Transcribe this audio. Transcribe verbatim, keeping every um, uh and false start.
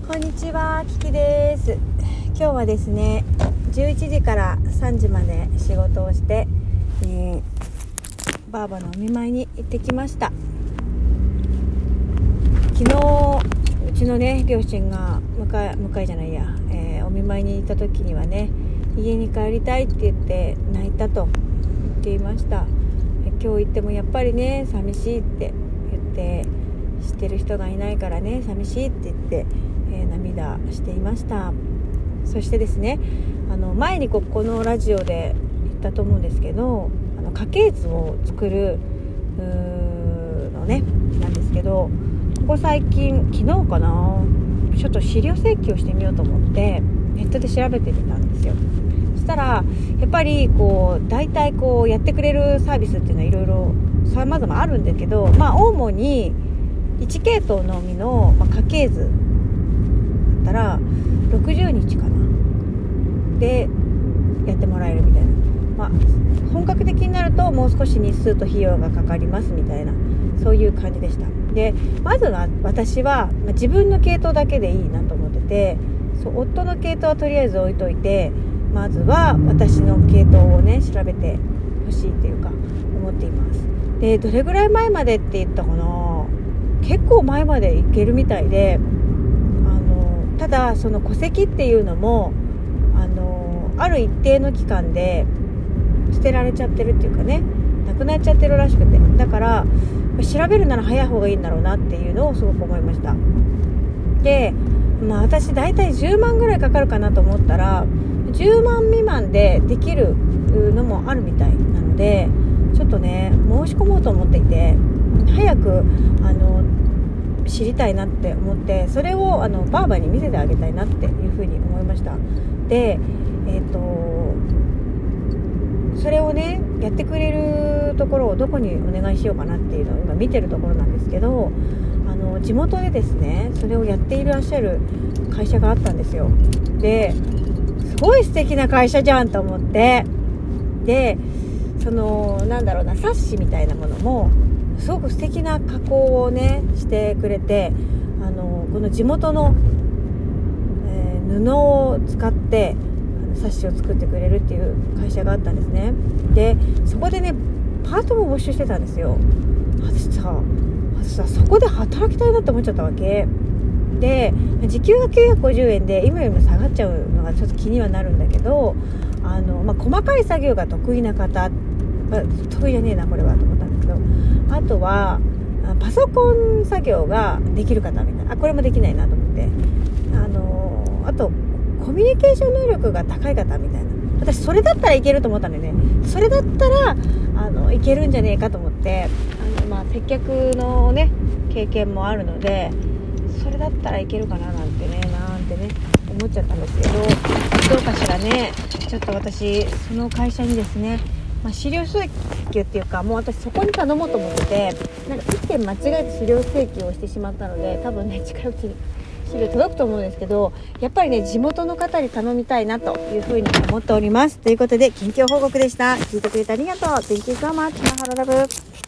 こんにちは、キキです。今日はですね、じゅういちじからさんじまで仕事をして、えー、ばあばのお見舞いに行ってきました。昨日うちのね両親が迎え迎えじゃないや、えー、お見舞いに行った時にはね、家に帰りたいって言って泣いたと言っていました。今日行ってもやっぱりね寂しいって言って、知ってる人がいないからね寂しいって言って、えー、涙していました。そしてですね、あの前にここのラジオで言ったと思うんですけど、あの家系図を作るのねなんですけど、ここ最近昨日かな、ちょっと資料請求をしてみようと思ってネットで調べてみたんですよ。そしたらやっぱりこう大体こうやってくれるサービスっていうのはいろいろ様々あるんだけど、まあ主にいち系統のみの、まあ、家系図だったらろくじゅうにちかなでやってもらえるみたいな、まあ、本格的になるともう少し日数と費用がかかりますみたいな、そういう感じでした。でまずは私は、まあ、自分の系統だけでいいなと思ってて、そう夫の系統はとりあえず置いといて、まずは私の系統をね調べてほしいっていうか思っています。でどれぐらい前までって言ったかな、結構前までいけるみたいで、あのただその戸籍っていうのもあのある一定の期間で捨てられちゃってるっていうかね、なくなっちゃってるらしくて、だから調べるなら早い方がいいんだろうなっていうのをすごく思いました。で、まあ、私だいたいじゅうまんぐらいかかるかなと思ったらじゅうまん未満でできるのもあるみたいなので、ちょっとね申し込もうと思っていて、早くあの知りたいなって思って、それをあのばあばに見せてあげたいなっていうふうに思いました。で、えーと、それをねやってくれるところをどこにお願いしようかなっていうのを今見てるところなんですけど、あの地元でですねそれをやっていらっしゃる会社があったんですよ。ですごい素敵な会社じゃんと思って、でそのなんだろうな、冊子みたいなものもすごく素敵な加工をねしてくれて、あのこの地元の、えー、布を使って冊子を作ってくれるっていう会社があったんですね。でそこでねパートも募集してたんですよ。私さ私さそこで働きたいなって思っちゃったわけで、時給がきゅうひゃくごじゅうえんで今よりも下がっちゃうのがちょっと気にはなるんだけど、あの、まあ、細かい作業が得意な方、まあ、得意じゃねえなこれはと思ったんですけど、あとはパソコン作業ができる方みたいな、あこれもできないなと思って、あのあとコミュニケーション能力が高い方みたいな、私それだったらいけると思ったんでね、それだったらあのいけるんじゃねえかと思って、あの、まあ、接客のね経験もあるので、それだったらいけるかななんてねなんてね思っちゃったんですけど、どうかしらね。ちょっと私その会社にですね、まあ、資料請求っていうかもう私そこに頼もうと思ってて、なんか一件間違えて資料請求をしてしまったので、多分ね近いうちに資料届くと思うんですけど、やっぱりね地元の方に頼みたいなというふうに思っております。ということで近況報告でした。聞いてくれてありがとう。 Thank you so much. マハロラブ